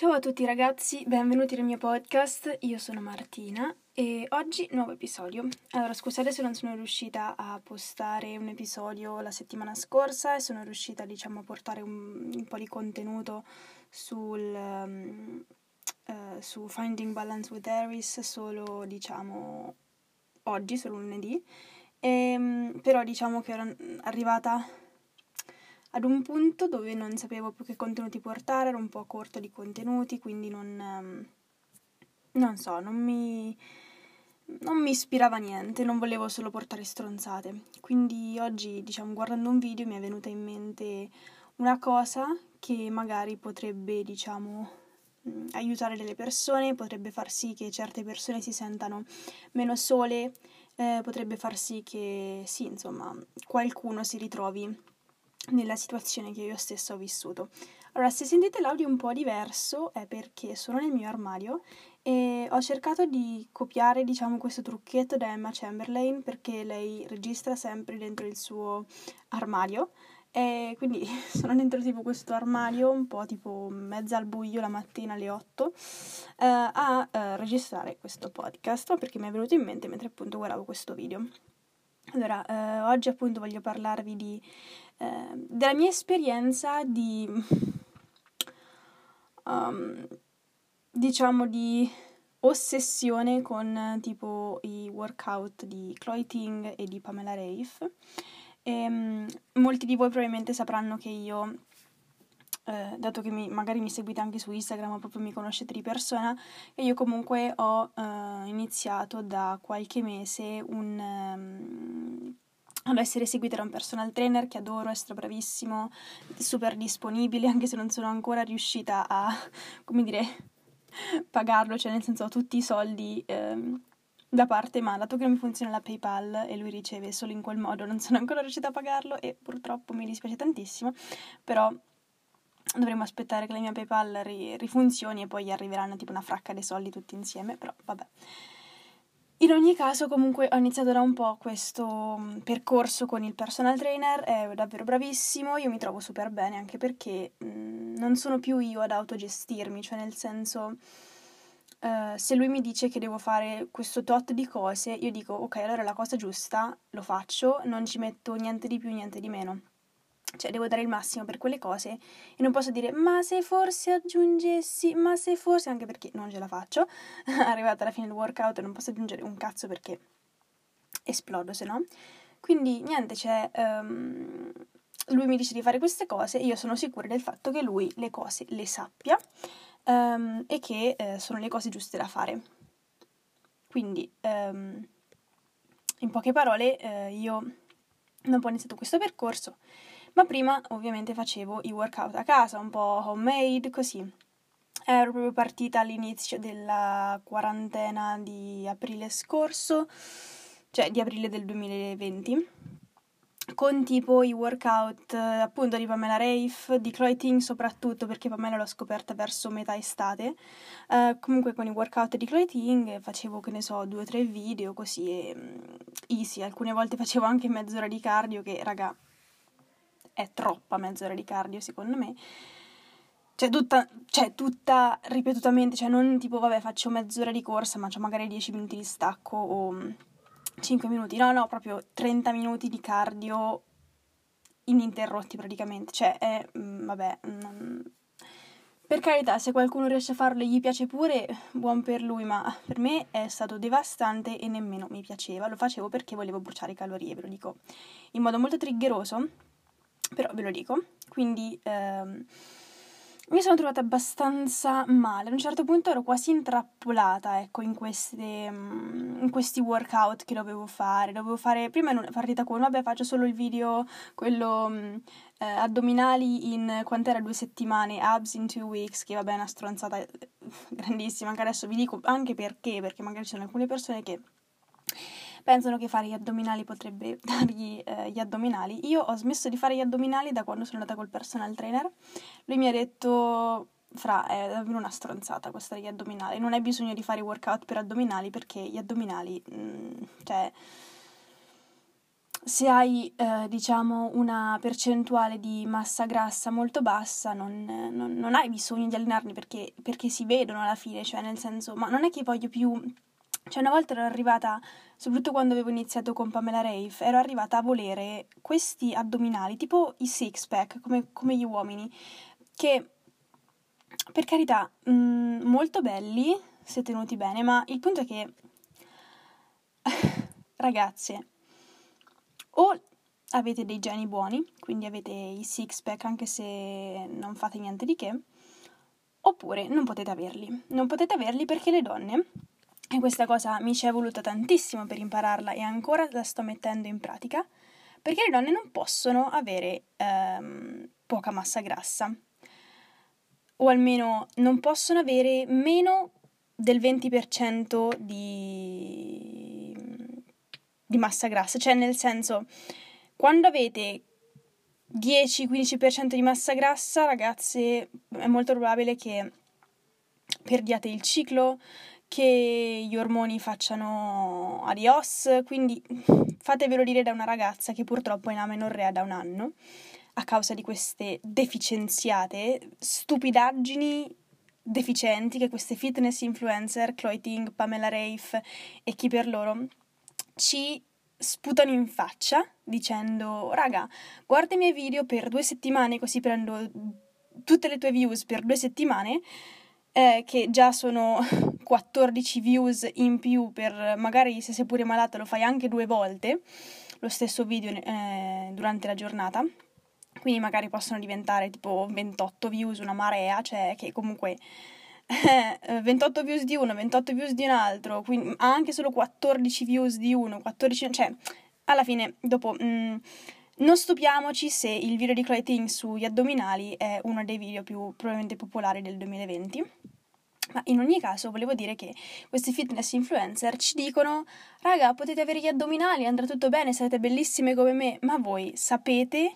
Ciao a tutti ragazzi, benvenuti nel mio podcast, io sono Martina e oggi nuovo episodio. Allora scusate se non sono riuscita a postare un episodio la settimana scorsa e sono riuscita a portare un po' di contenuto su Finding Balance with Aries solo oggi, solo lunedì. Però che ero arrivata ad un punto dove non sapevo più che contenuti portare, ero un po' corto di contenuti, quindi non mi ispirava niente, non volevo solo portare stronzate. Quindi oggi, guardando un video mi è venuta in mente una cosa che magari potrebbe, aiutare delle persone, potrebbe far sì che certe persone si sentano meno sole, potrebbe far sì che, qualcuno si ritrovi nella situazione che io stessa ho vissuto. Allora, se sentite l'audio un po' diverso è perché sono nel mio armadio e ho cercato di copiare, questo trucchetto da Emma Chamberlain, perché lei registra sempre dentro il suo armadio e quindi sono dentro questo armadio un po' mezza al buio la mattina alle 8 a registrare questo podcast, perché mi è venuto in mente mentre appunto guardavo questo video. Allora, oggi appunto voglio parlarvi della mia esperienza di ossessione con i workout di Chloe Ting e di Pamela Reif. Molti di voi probabilmente sapranno che io, dato che magari mi seguite anche su Instagram o proprio mi conoscete di persona, e io comunque ho iniziato da qualche mese ad essere seguita da un personal trainer che adoro, è bravissimo, super disponibile, anche se non sono ancora riuscita a, pagarlo, cioè nel senso ho tutti i soldi da parte, ma dato che non mi funziona la PayPal e lui riceve solo in quel modo, non sono ancora riuscita a pagarlo e purtroppo mi dispiace tantissimo, però dovremmo aspettare che la mia PayPal rifunzioni e poi gli arriveranno una fracca dei soldi tutti insieme, però vabbè. In ogni caso, comunque, ho iniziato da un po' questo percorso con il personal trainer, è davvero bravissimo, io mi trovo super bene, anche perché non sono più io ad autogestirmi, cioè nel senso, se lui mi dice che devo fare questo tot di cose, io dico, ok, allora la cosa giusta lo faccio, non ci metto niente di più, niente di meno. Cioè, devo dare il massimo per quelle cose e non posso dire, ma se forse aggiungessi, ma se forse, anche perché non ce la faccio. Arrivata alla fine del workout non posso aggiungere un cazzo perché esplodo, se no. Quindi, niente, lui mi dice di fare queste cose e io sono sicura del fatto che lui le cose le sappia e che sono le cose giuste da fare. Quindi, in poche parole, io dopo ho iniziato questo percorso, ma prima ovviamente facevo i workout a casa, un po' homemade, così. Ero proprio partita all'inizio della quarantena di aprile scorso, cioè di aprile del 2020, con i workout appunto di Pamela Reif, di Chloe Ting soprattutto, perché Pamela l'ho scoperta verso metà estate. Comunque con i workout di Chloe Ting facevo, 2 o 3 video così, easy. Alcune volte facevo anche mezz'ora di cardio, che raga è troppa mezz'ora di cardio secondo me. Tutta ripetutamente, non faccio mezz'ora di corsa, ma c'ho magari 10 minuti di stacco o 5 minuti, no, proprio 30 minuti di cardio ininterrotti praticamente, per carità, se qualcuno riesce a farlo e gli piace pure, buon per lui, ma per me è stato devastante e nemmeno mi piaceva, lo facevo perché volevo bruciare calorie, ve lo dico in modo molto triggeroso, però ve lo dico, quindi mi sono trovata abbastanza male. Ad un certo punto ero quasi intrappolata, in questi workout che dovevo fare. Dovevo fare prima una partita con, faccio solo il video, quello addominali in quant'era 2 settimane, abs in 2 weeks, che vabbè è una stronzata grandissima. Anche adesso vi dico anche perché magari ci sono alcune persone che pensano che fare gli addominali potrebbe dargli gli addominali. Io ho smesso di fare gli addominali da quando sono andata col personal trainer. Lui mi ha detto, è davvero una stronzata questa degli addominali. Non hai bisogno di fare workout per addominali perché gli addominali, se hai, diciamo, una percentuale di massa grassa molto bassa, non hai bisogno di allenarli perché si vedono alla fine, cioè nel senso, ma non è che voglio più... Cioè una volta ero arrivata, soprattutto quando avevo iniziato con Pamela Reif, ero arrivata a volere questi addominali, tipo i six pack, come gli uomini, che per carità, molto belli, se tenuti bene, ma il punto è che, ragazze, o avete dei geni buoni, quindi avete i six pack anche se non fate niente di che, oppure non potete averli. Non potete averli perché le donne, e questa cosa mi ci è voluta tantissimo per impararla e ancora la sto mettendo in pratica, perché le donne non possono avere poca massa grassa, o almeno non possono avere meno del 20% di massa grassa, cioè nel senso, quando avete 10-15% di massa grassa, ragazze, è molto probabile che perdiate il ciclo, che gli ormoni facciano adios, quindi fatevelo dire da una ragazza che purtroppo è in amenorrea da 1 anno a causa di queste deficienziate, stupidaggini deficienti che queste fitness influencer, Chloe Ting, Pamela Reif e chi per loro ci sputano in faccia dicendo: raga, guarda i miei video per 2 settimane così prendo tutte le tue views per 2 settimane, che già sono 14 views in più, per magari se sei pure malata lo fai anche 2 volte lo stesso video durante la giornata, quindi magari possono diventare tipo 28 views, una marea, cioè che comunque 28 views di uno, 28 views di un altro, quindi anche solo 14 views di uno, 14, cioè alla fine dopo non stupiamoci se il video di Chloe Ting sugli addominali è uno dei video più probabilmente popolari del 2020. Ma in ogni caso volevo dire che questi fitness influencer ci dicono: raga, potete avere gli addominali, andrà tutto bene, sarete bellissime come me. Ma voi sapete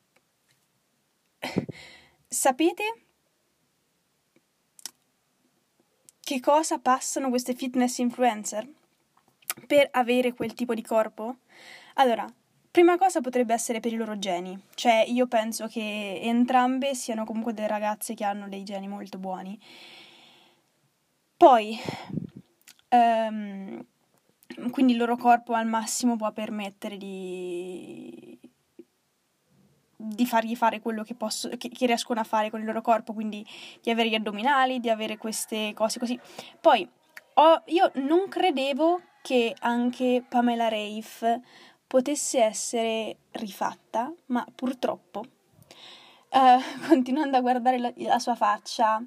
che cosa passano queste fitness influencer per avere quel tipo di corpo? Allora, prima cosa potrebbe essere per i loro geni, cioè io penso che entrambe siano comunque delle ragazze che hanno dei geni molto buoni. Poi, quindi il loro corpo al massimo può permettere di fargli fare quello che riescono a fare con il loro corpo, quindi di avere gli addominali, di avere queste cose così. Poi, io non credevo che anche Pamela Reif potesse essere rifatta, ma purtroppo, continuando a guardare la sua faccia,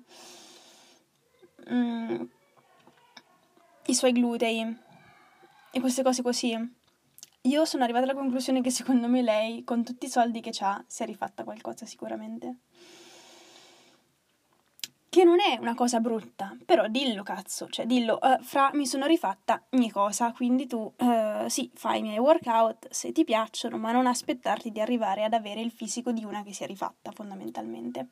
i suoi glutei e queste cose così, io sono arrivata alla conclusione che secondo me lei, con tutti i soldi che ha, si è rifatta qualcosa sicuramente. Che non è una cosa brutta, però dillo cazzo, cioè dillo: fra, mi sono rifatta ogni cosa, quindi tu sì, fai i miei workout se ti piacciono, ma non aspettarti di arrivare ad avere il fisico di una che si è rifatta, fondamentalmente.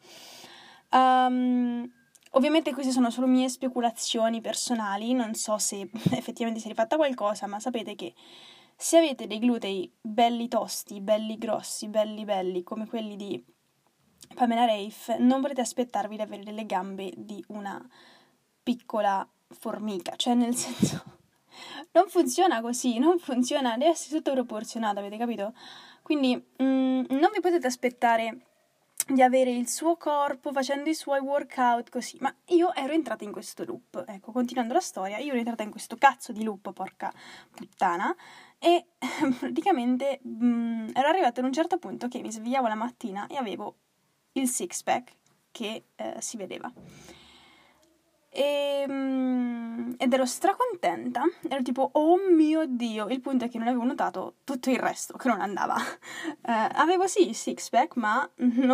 Ovviamente queste sono solo mie speculazioni personali, non so se effettivamente si è rifatta qualcosa, ma sapete che se avete dei glutei belli tosti, belli grossi, belli come quelli di Pamela Reif, non potete aspettarvi di avere delle gambe di una piccola formica, cioè nel senso non funziona così, non funziona, deve essere tutto proporzionato, avete capito? Quindi non vi potete aspettare di avere il suo corpo facendo i suoi workout così, ma io ero entrata in questo loop, ecco, continuando la storia, io ero entrata in questo cazzo di loop, porca puttana, e praticamente ero arrivata ad un certo punto che mi svegliavo la mattina e avevo il six pack che si vedeva. Ed ero stracontenta, ero tipo oh mio Dio. Il punto è che non avevo notato tutto il resto che non andava. Avevo sì il six pack, ma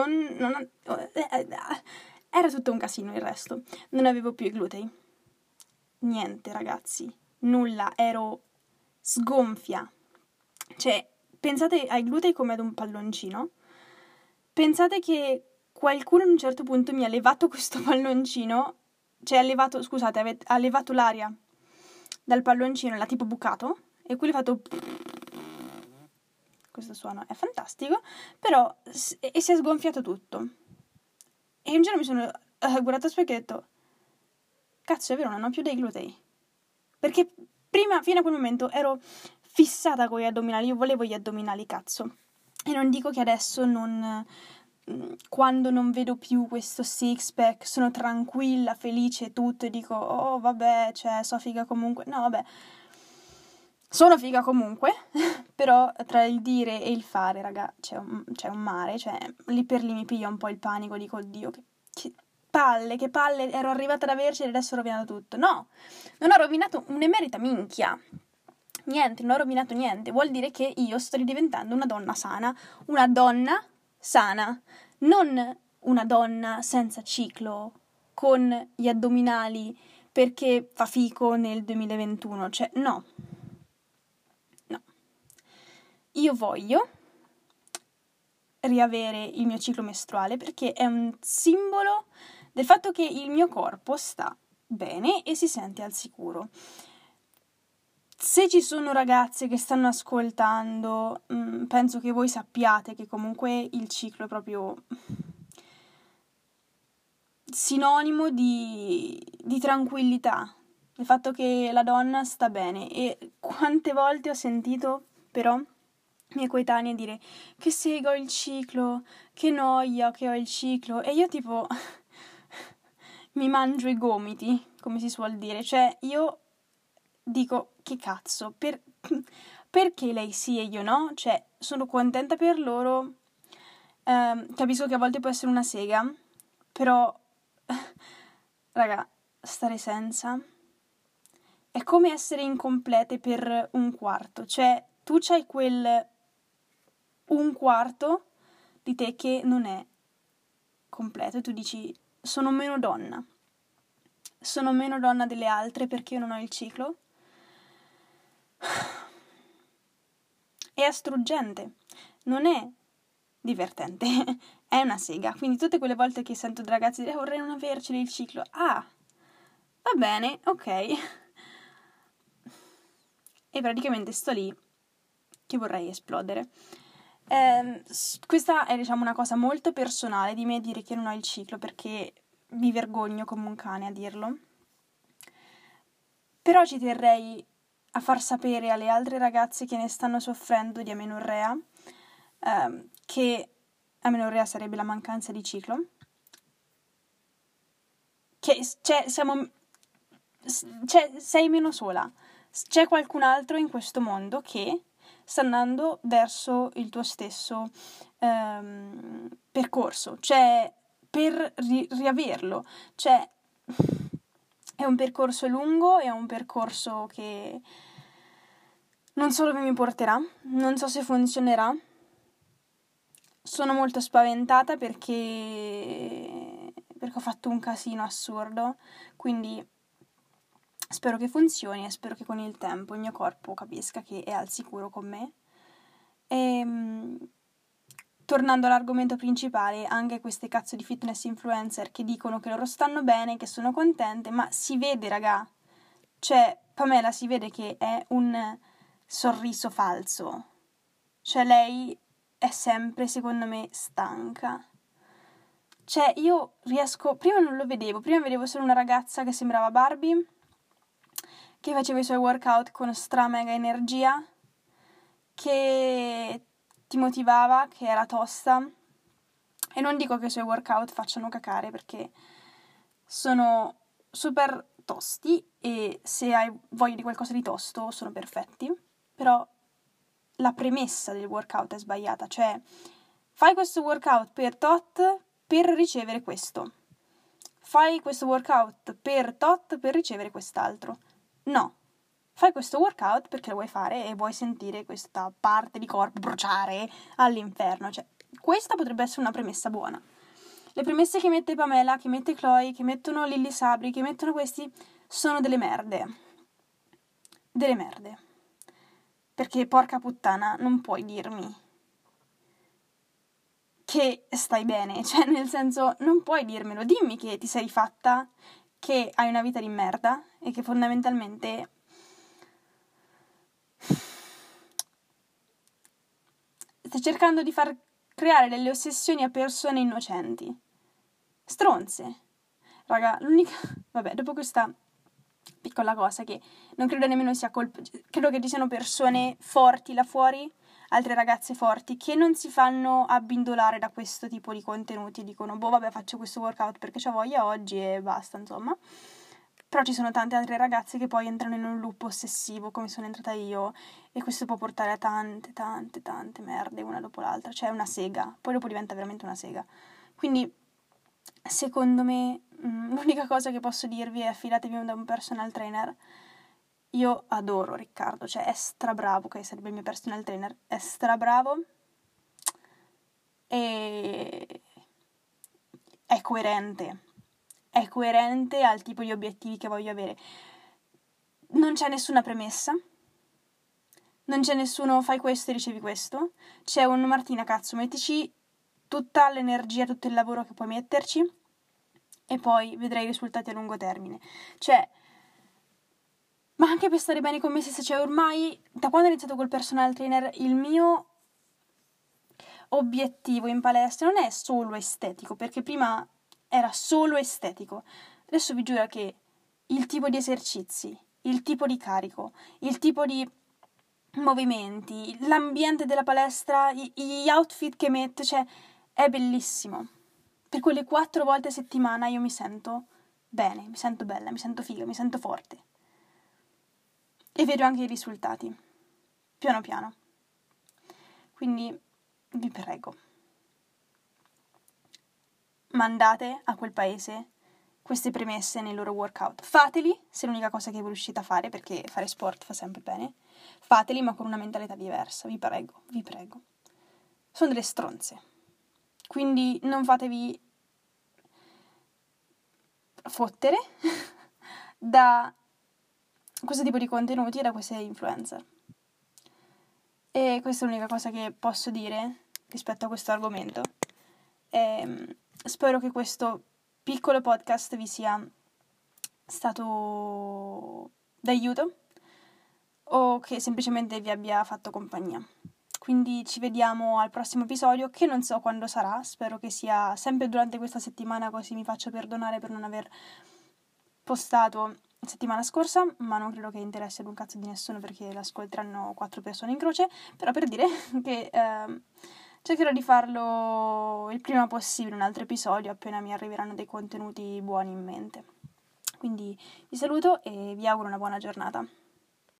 era tutto un casino il resto. Non avevo più i glutei, niente ragazzi, nulla, ero sgonfia. Cioè, pensate ai glutei come ad un palloncino, pensate che qualcuno ad un certo punto mi ha levato questo palloncino, cioè ha levato l'aria dal palloncino, l'ha tipo bucato, e quello ha fatto questo suono è fantastico, però si è sgonfiato tutto. E un giorno mi sono guardato allo specchio e ho detto, cazzo, è vero, non ho più dei glutei. Perché prima, fino a quel momento, ero fissata con gli addominali, io volevo gli addominali, cazzo. E non dico che adesso quando non vedo più questo six pack, sono tranquilla, felice e tutto, e dico, oh vabbè, cioè, so figa comunque. No, vabbè, sono figa comunque, però tra il dire e il fare, raga, c'è un mare, cioè, lì per lì mi piglia un po' il panico, dico, oddio, che palle, ero arrivata ad averci e adesso ho rovinato tutto. No, non ho rovinato un'emerita minchia. Niente, non ho rovinato niente. Vuol dire che io sto ridiventando una donna sana. Una donna sana. Non una donna senza ciclo, con gli addominali perché fa fico nel 2021. Cioè, no. No. Io voglio riavere il mio ciclo mestruale perché è un simbolo del fatto che il mio corpo sta bene e si sente al sicuro. Se ci sono ragazze che stanno ascoltando, penso che voi sappiate che comunque il ciclo è proprio sinonimo di tranquillità, il fatto che la donna sta bene. E quante volte ho sentito però miei coetanei dire che sega ho il ciclo, che noia che ho il ciclo, e io tipo mi mangio i gomiti, come si suol dire, cioè io dico che cazzo, perché lei sì e io no? Cioè sono contenta per loro, capisco che a volte può essere una sega, però raga, stare senza è come essere incomplete per un quarto, cioè tu c'hai quel un quarto di te che non è completo e tu dici sono meno donna delle altre perché io non ho il ciclo. È struggente, non è divertente, è una sega. Quindi tutte quelle volte che sento dei ragazzi dire vorrei non averceli il ciclo, va bene, ok, e praticamente sto lì che vorrei esplodere. Questa è, diciamo, una cosa molto personale di me, dire che non ho il ciclo, perché mi vergogno come un cane a dirlo. Però ci terrei a far sapere alle altre ragazze che ne stanno soffrendo di amenorrea, che amenorrea sarebbe la mancanza di ciclo, che sei meno sola. C'è qualcun altro in questo mondo che sta andando verso il tuo stesso percorso, cioè per riaverlo, cioè è un percorso lungo, è un percorso che non so dove mi porterà, non so se funzionerà. Sono molto spaventata perché ho fatto un casino assurdo, quindi spero che funzioni e spero che con il tempo il mio corpo capisca che è al sicuro con me. Tornando all'argomento principale, anche queste cazzo di fitness influencer che dicono che loro stanno bene, che sono contente, ma si vede, raga, cioè Pamela si vede che è un sorriso falso, cioè lei è sempre, secondo me, stanca. Cioè io prima non lo vedevo, prima vedevo solo una ragazza che sembrava Barbie, che faceva i suoi workout con stra mega energia, che ti motivava, che era tosta. E non dico che i suoi workout facciano cacare, perché sono super tosti e se hai voglia di qualcosa di tosto sono perfetti, però la premessa del workout è sbagliata, cioè fai questo workout per tot per ricevere questo, fai questo workout per tot per ricevere quest'altro. No, fai questo workout perché lo vuoi fare e vuoi sentire questa parte di corpo bruciare all'inferno. Cioè, questa potrebbe essere una premessa buona. Le premesse che mette Pamela, che mette Chloe, che mettono Lilly Sabri, che mettono questi, sono delle merde. Delle merde. Perché, porca puttana, non puoi dirmi che stai bene. Cioè, nel senso, non puoi dirmelo. Dimmi che ti sei rifatta, che hai una vita di merda e che fondamentalmente stai cercando di far creare delle ossessioni a persone innocenti. Stronze. Raga, l'unica... Vabbè, dopo questa piccola cosa che non credo nemmeno sia colpa... Credo che ci siano persone forti là fuori, altre ragazze forti, che non si fanno abbindolare da questo tipo di contenuti. Dicono, boh, vabbè, faccio questo workout perché c'ho voglia oggi e basta, insomma. Però ci sono tante altre ragazze che poi entrano in un loop ossessivo, come sono entrata io, e questo può portare a tante merde una dopo l'altra. Cioè, è una sega. Poi dopo diventa veramente una sega. Quindi, secondo me, l'unica cosa che posso dirvi è affidatevi da un personal trainer. Io adoro Riccardo, cioè è strabravo, che sarebbe il mio personal trainer, è strabravo e è coerente al tipo di obiettivi che voglio avere. Non c'è nessuna premessa, non c'è nessuno fai questo e ricevi questo, c'è un Martina, cazzo, mettici tutta l'energia, tutto il lavoro che puoi metterci e poi vedrai i risultati a lungo termine. Cioè, ma anche per stare bene con me stessa, cioè ormai da quando ho iniziato col personal trainer il mio obiettivo in palestra non è solo estetico, perché prima era solo estetico. Adesso vi giuro che il tipo di esercizi, il tipo di carico, il tipo di movimenti, l'ambiente della palestra, gli outfit che metto, cioè è bellissimo. Per quelle 4 volte a settimana io mi sento bene, mi sento bella, mi sento figa, mi sento forte. E vedo anche i risultati, piano piano. Quindi vi prego, mandate a quel paese queste premesse nei loro workout. Fateli, se è l'unica cosa che voi riuscite a fare, perché fare sport fa sempre bene. Fateli, ma con una mentalità diversa, vi prego. Sono delle stronze. Quindi non fatevi fottere da questo tipo di contenuti e da queste influencer. E questa è l'unica cosa che posso dire rispetto a questo argomento. Spero che questo piccolo podcast vi sia stato d'aiuto o che semplicemente vi abbia fatto compagnia. Quindi ci vediamo al prossimo episodio, che non so quando sarà, spero che sia sempre durante questa settimana, così mi faccio perdonare per non aver postato settimana scorsa, ma non credo che interessi ad un cazzo di nessuno perché l'ascolteranno 4 persone in croce, però per dire che cercherò di farlo il prima possibile, un altro episodio, appena mi arriveranno dei contenuti buoni in mente. Quindi vi saluto e vi auguro una buona giornata.